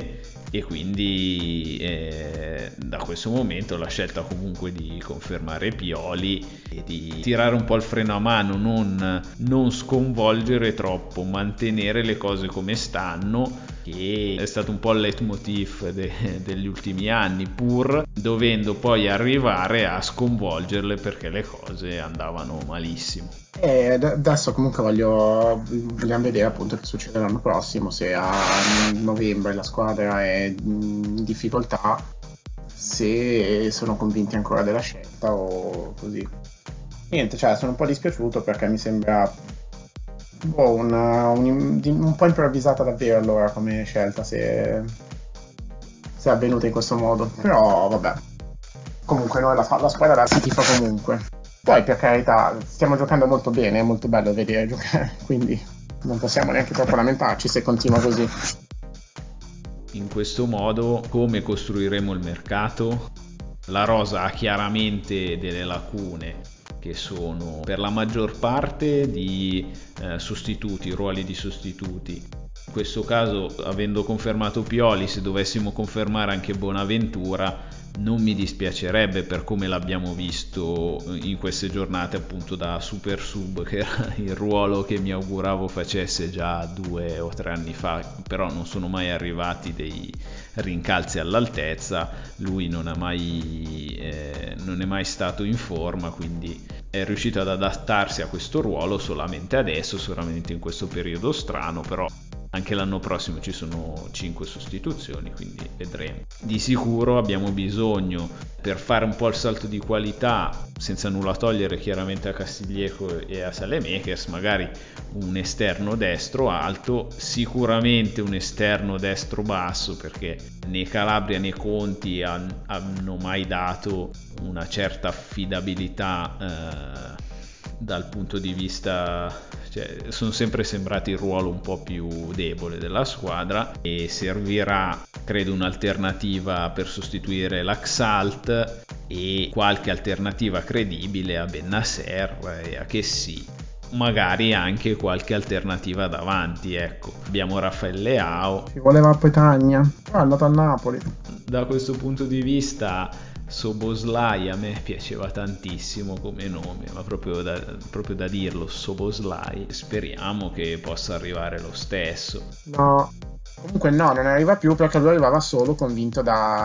e quindi eh, da questo momento la scelta comunque di confermare Pioli e di tirare un po' il freno a mano, non, non sconvolgere troppo, mantenere le cose come stanno, che è stato un po' il leitmotiv de, degli ultimi anni, pur dovendo poi arrivare a sconvolgerle perché le cose andavano malissimo. E adesso comunque voglio vogliamo vedere appunto che succede l'anno prossimo, se a novembre la squadra è in difficoltà, se sono convinti ancora della scelta o così. Niente, cioè sono un po' dispiaciuto perché mi sembra boh, una, un, un po' improvvisata davvero allora come scelta, se, se è avvenuta in questo modo, però vabbè, comunque noi la, la squadra la si tifa comunque. Poi per carità stiamo giocando molto bene, è molto bello vedere giocare, quindi non possiamo neanche troppo lamentarci se continua così. In questo modo come costruiremo il mercato? La rosa ha chiaramente delle lacune che sono per la maggior parte di eh, sostituti, ruoli di sostituti. In questo caso, avendo confermato Pioli, se dovessimo confermare anche Bonaventura, non mi dispiacerebbe per come l'abbiamo visto in queste giornate appunto da super sub, che era il ruolo che mi auguravo facesse già due o tre anni fa, però non sono mai arrivati dei rincalzi all'altezza. Lui non ha mai eh, non è mai stato in forma, quindi è riuscito ad adattarsi a questo ruolo solamente adesso, solamente in questo periodo strano, però anche l'anno prossimo ci sono cinque sostituzioni, quindi vedremo. Di sicuro abbiamo bisogno, per fare un po' il salto di qualità, senza nulla togliere chiaramente a Castiglieco e a Saelemaekers, magari un esterno destro alto, sicuramente un esterno destro basso, perché né Calabria né Conti han, hanno mai dato una certa affidabilità eh, dal punto di vista, cioè, sono sempre sembrati il ruolo un po' più debole della squadra, e servirà credo un'alternativa per sostituire l'Axalt e qualche alternativa credibile a Bennacer e a Chessy, magari anche qualche alternativa davanti. Ecco, abbiamo Raffaele Leao, Ci voleva Petagna, però è andato a Napoli. Da questo punto di vista Soboslai a me piaceva tantissimo come nome, ma proprio da, proprio da dirlo, Soboslai. Speriamo che possa arrivare lo stesso. No, comunque no, non arriva più perché lui arrivava solo convinto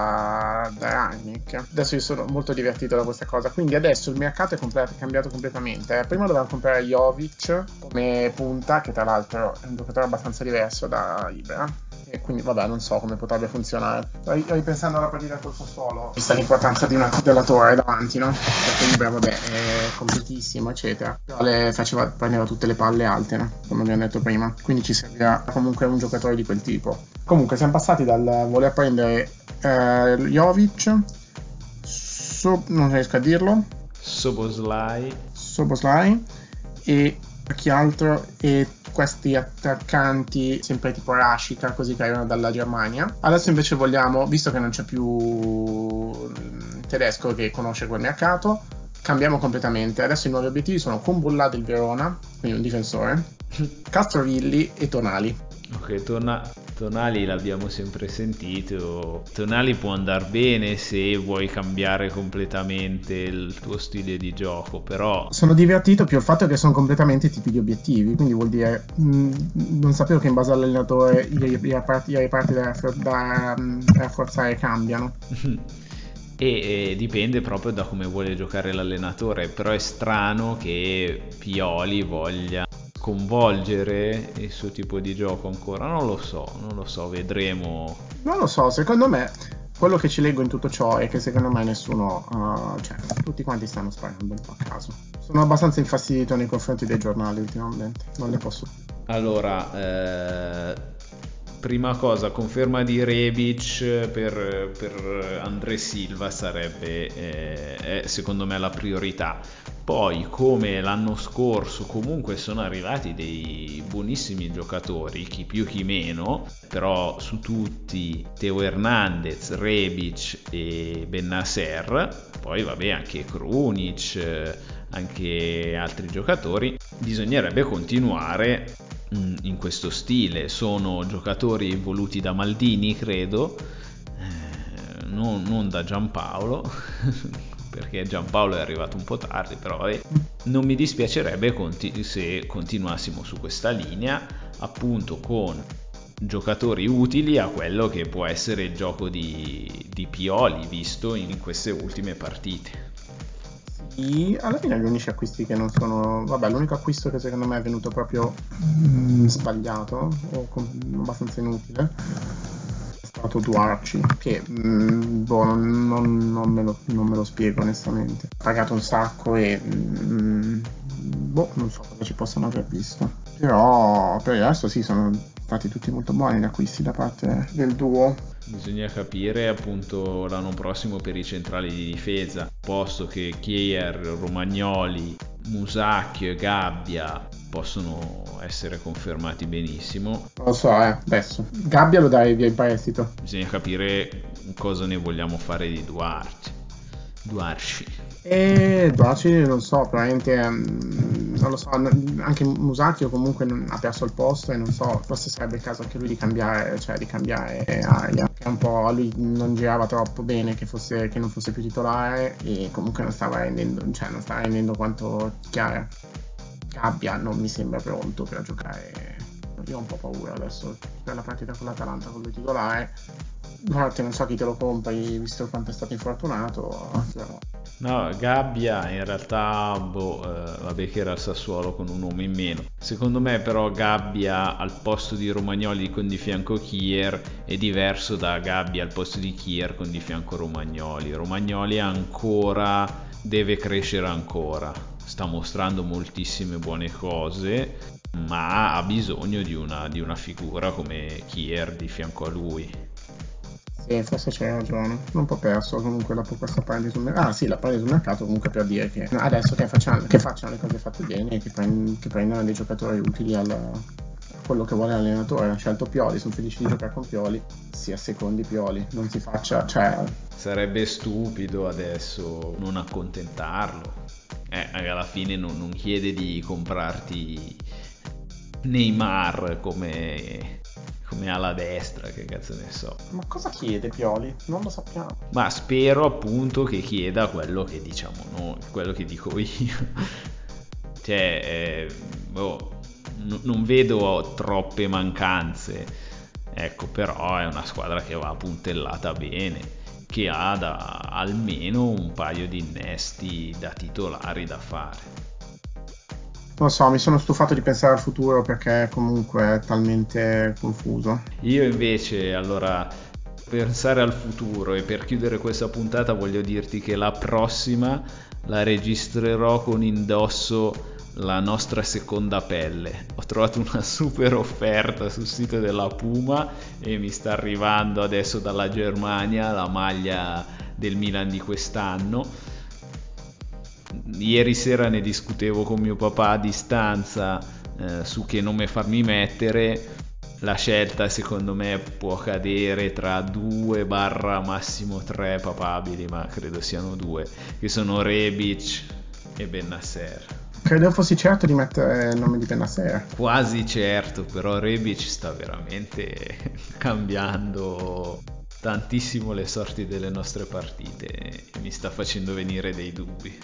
da, da Rangnick. Adesso io sono molto divertito da questa cosa, quindi adesso il mercato è complet- cambiato completamente. Prima dovevamo comprare Jovic come punta, che tra l'altro è un giocatore abbastanza diverso da Ibra, e quindi vabbè, non so come potrebbe funzionare. Ripensando alla partita col Sassuolo, vista l'importanza di una tutelatore davanti, no? Perché Ibra vabbè è completissimo eccetera, però le faceva, prendeva tutte le palle alte, no? Come abbiamo detto prima, quindi ci servirà comunque un giocatore di quel tipo. Comunque siamo passati dal voler prendere eh, Jovic, so, non riesco a dirlo, Soboslai Soboslai e chi altro, e questi attaccanti sempre tipo Rashica, così, che arrivano dalla Germania. Adesso invece vogliamo, visto che non c'è più il tedesco che conosce quel mercato, cambiamo completamente. Adesso i nuovi obiettivi sono Kumbulla del Verona, quindi un difensore, Castrovilli e Tonali. Ok, Tona- Tonali l'abbiamo sempre sentito. Tonali può andare bene se vuoi cambiare completamente il tuo stile di gioco, però Sono divertito più il fatto che sono completamente tipi di obiettivi, quindi vuol dire mh, non sapevo che in base all'allenatore i reparti, i reparti da, da, da rafforzare cambiano. e, e dipende proprio da come vuole giocare l'allenatore, però è strano che Pioli voglia sconvolgere il suo tipo di gioco ancora, non lo so, non lo so, vedremo. Non lo so, secondo me quello che ci leggo in tutto ciò è che secondo me nessuno, uh, cioè tutti quanti stanno sparando un po' a caso. Sono abbastanza infastidito nei confronti dei giornali ultimamente, non ne posso. Allora, eh, prima cosa, conferma di Rebic per, per André Silva sarebbe eh, è, secondo me la priorità. Poi, come l'anno scorso, comunque sono arrivati dei buonissimi giocatori, chi più chi meno, però su tutti Teo Hernandez, Rebic e Bennacer, poi vabbè anche Krunic, anche altri giocatori. Bisognerebbe continuare in questo stile. Sono giocatori voluti da Maldini, credo, eh, non, non da Giampaolo, perché Giampaolo è arrivato un po' tardi, però eh, non mi dispiacerebbe conti- se continuassimo su questa linea, appunto con giocatori utili a quello che può essere il gioco di, di Pioli, visto in queste ultime partite. Sì, alla fine gli unici acquisti che non sono... Vabbè, l'unico acquisto che secondo me è venuto proprio mm, sbagliato o com- abbastanza inutile è stato Duarci, che mm, boh, non, non- non me lo, non me lo spiego onestamente. Ha pagato un sacco e mm, boh, non so cosa ci possano aver visto. Però per il resto sì, sono stati tutti molto buoni gli acquisti da parte del duo. Bisogna capire appunto l'anno prossimo per i centrali di difesa, posto che Kier, Romagnoli, Musacchio e Gabbia possono essere confermati benissimo. Non lo so, eh, adesso. Gabbia lo dai via in prestito. Bisogna capire cosa ne vogliamo fare di Duarci. Duarci. E Doci non so, probabilmente mm, non lo so, n- anche Musacchio comunque non- ha perso il posto e non so, forse sarebbe il caso anche lui di cambiare, cioè di cambiare aria, che un po' a lui non girava troppo bene che, fosse, che non fosse più titolare e comunque non stava rendendo, cioè non stava rendendo quanto Chiara. Gabbia non mi sembra pronto per giocare. Io ho un po' paura adesso per la partita con l'Atalanta con lui titolare. Infatti non so chi te lo compri visto quanto è stato infortunato, però... No, Gabbia in realtà, boh, eh, vabbè che era il Sassuolo con un uomo in meno. Secondo me però Gabbia al posto di Romagnoli con di fianco Kier è diverso da Gabbia al posto di Kier con di fianco Romagnoli. Romagnoli ancora deve crescere ancora, sta mostrando moltissime buone cose, ma ha bisogno di una, di una figura come Kier di fianco a lui. Sì, forse c'hai ragione. Un po' perso comunque dopo questa parentesi sul mercato. Ah sì, la parentesi sul mercato comunque per dire che adesso che facciano, che facciano le cose fatte bene e che, prend- che prendano dei giocatori utili al, a quello che vuole l'allenatore. Ha scelto Pioli, sono felici di giocare con Pioli, si assecondi Pioli, non si faccia, cioè... Sarebbe stupido adesso non accontentarlo. Eh, alla fine non, non chiede di comprarti Neymar come, come ala destra, che cazzo ne so. Ma cosa chiede Pioli? Non lo sappiamo. Ma spero appunto che chieda quello che diciamo noi, quello che dico io. Cioè, eh, boh, n- non vedo troppe mancanze, ecco, però è una squadra che va puntellata bene, che ha da almeno un paio di innesti da titolari da fare. Non so, mi sono stufato di pensare al futuro perché comunque è talmente confuso. Io invece, allora, pensare al futuro e per chiudere questa puntata voglio dirti che la prossima la registrerò con indosso la nostra seconda pelle. Ho trovato una super offerta sul sito della Puma e mi sta arrivando adesso dalla Germania la maglia del Milan di quest'anno. Ieri sera ne discutevo con mio papà a distanza eh, su che nome farmi mettere. La scelta secondo me può cadere tra due barra massimo tre papabili, ma credo siano due, che sono Rebic e Bennacer. Credevo fossi certo di mettere il nome di Bennacer. Quasi certo, però Rebic sta veramente cambiando tantissimo le sorti delle nostre partite e mi sta facendo venire dei dubbi.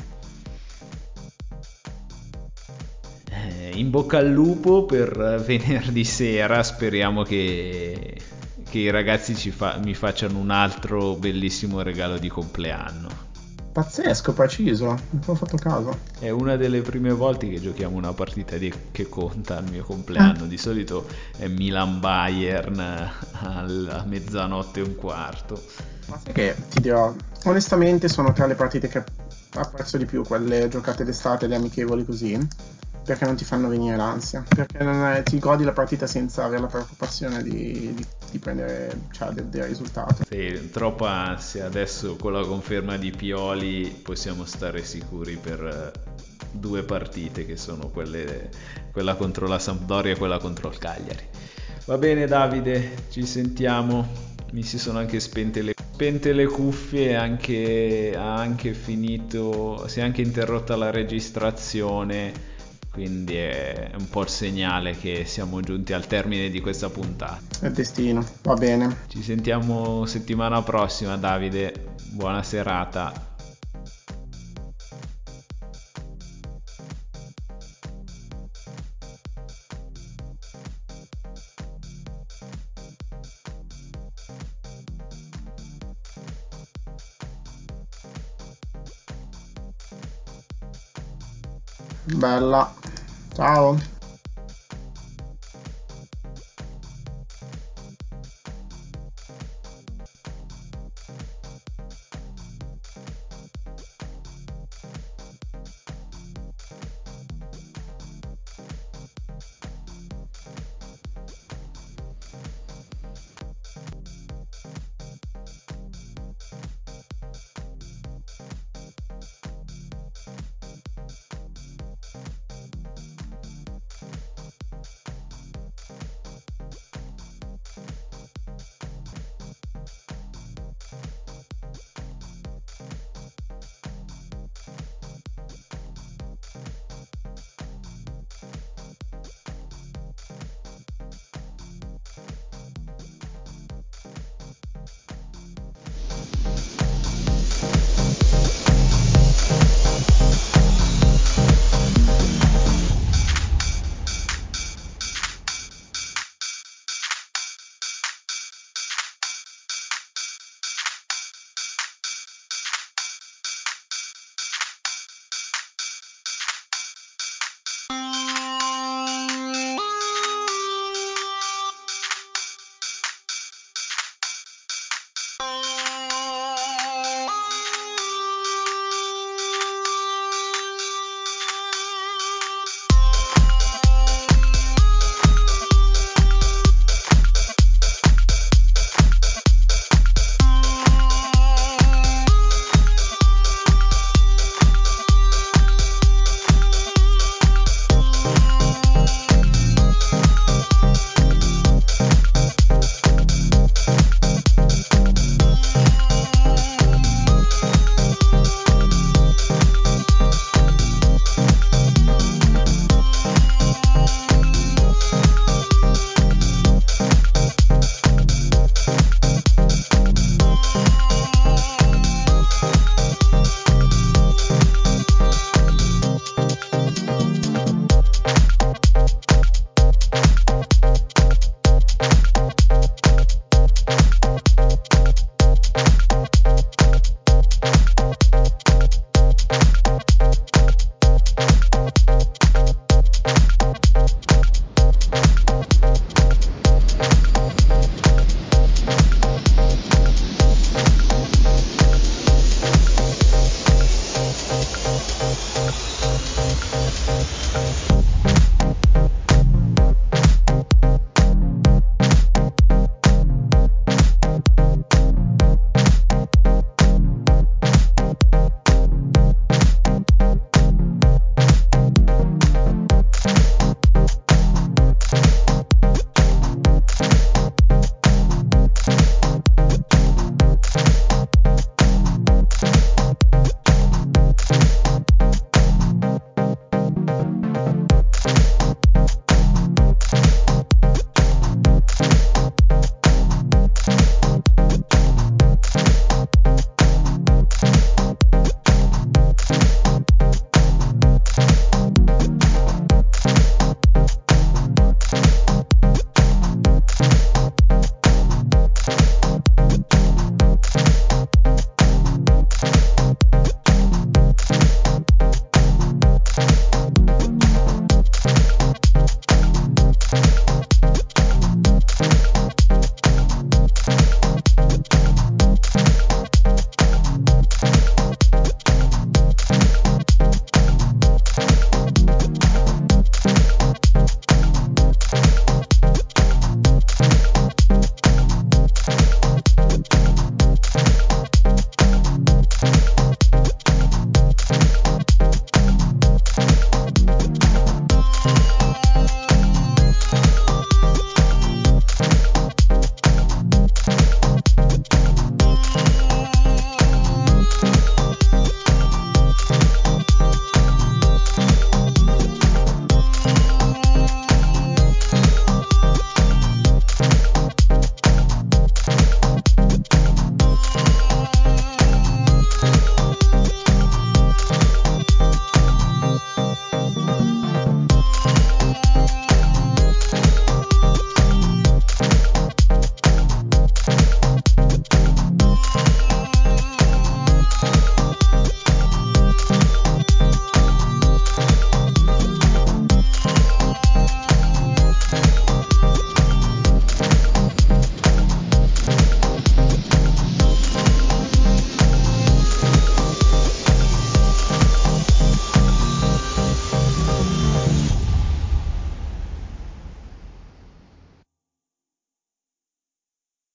In bocca al lupo per venerdì sera, speriamo che, che i ragazzi ci fa, mi facciano un altro bellissimo regalo di compleanno. Pazzesco, preciso, non ho fatto caso. È una delle prime volte che giochiamo una partita di, che conta al mio compleanno, di solito è Milan-Bayern a mezzanotte e un quarto. Ma sai che ti dirò, onestamente sono tra le partite che apprezzo di più, quelle giocate d'estate, le amichevoli così, perché non ti fanno venire l'ansia, perché non è- ti godi la partita senza avere la preoccupazione di, di- di prendere, cioè, del, del risultato. Sì, troppa ansia, adesso con la conferma di Pioli possiamo stare sicuri per eh, due partite che sono quelle, quella contro la Sampdoria e quella contro il Cagliari. Va bene Davide, ci sentiamo, mi si sono anche spente le, spente le cuffie, anche, ha anche finito, si è anche interrotta la registrazione quindi è un po' il segnale che siamo giunti al termine di questa puntata. È destino, va bene. Ci sentiamo settimana prossima, Davide, buona serata. Bella, ciao.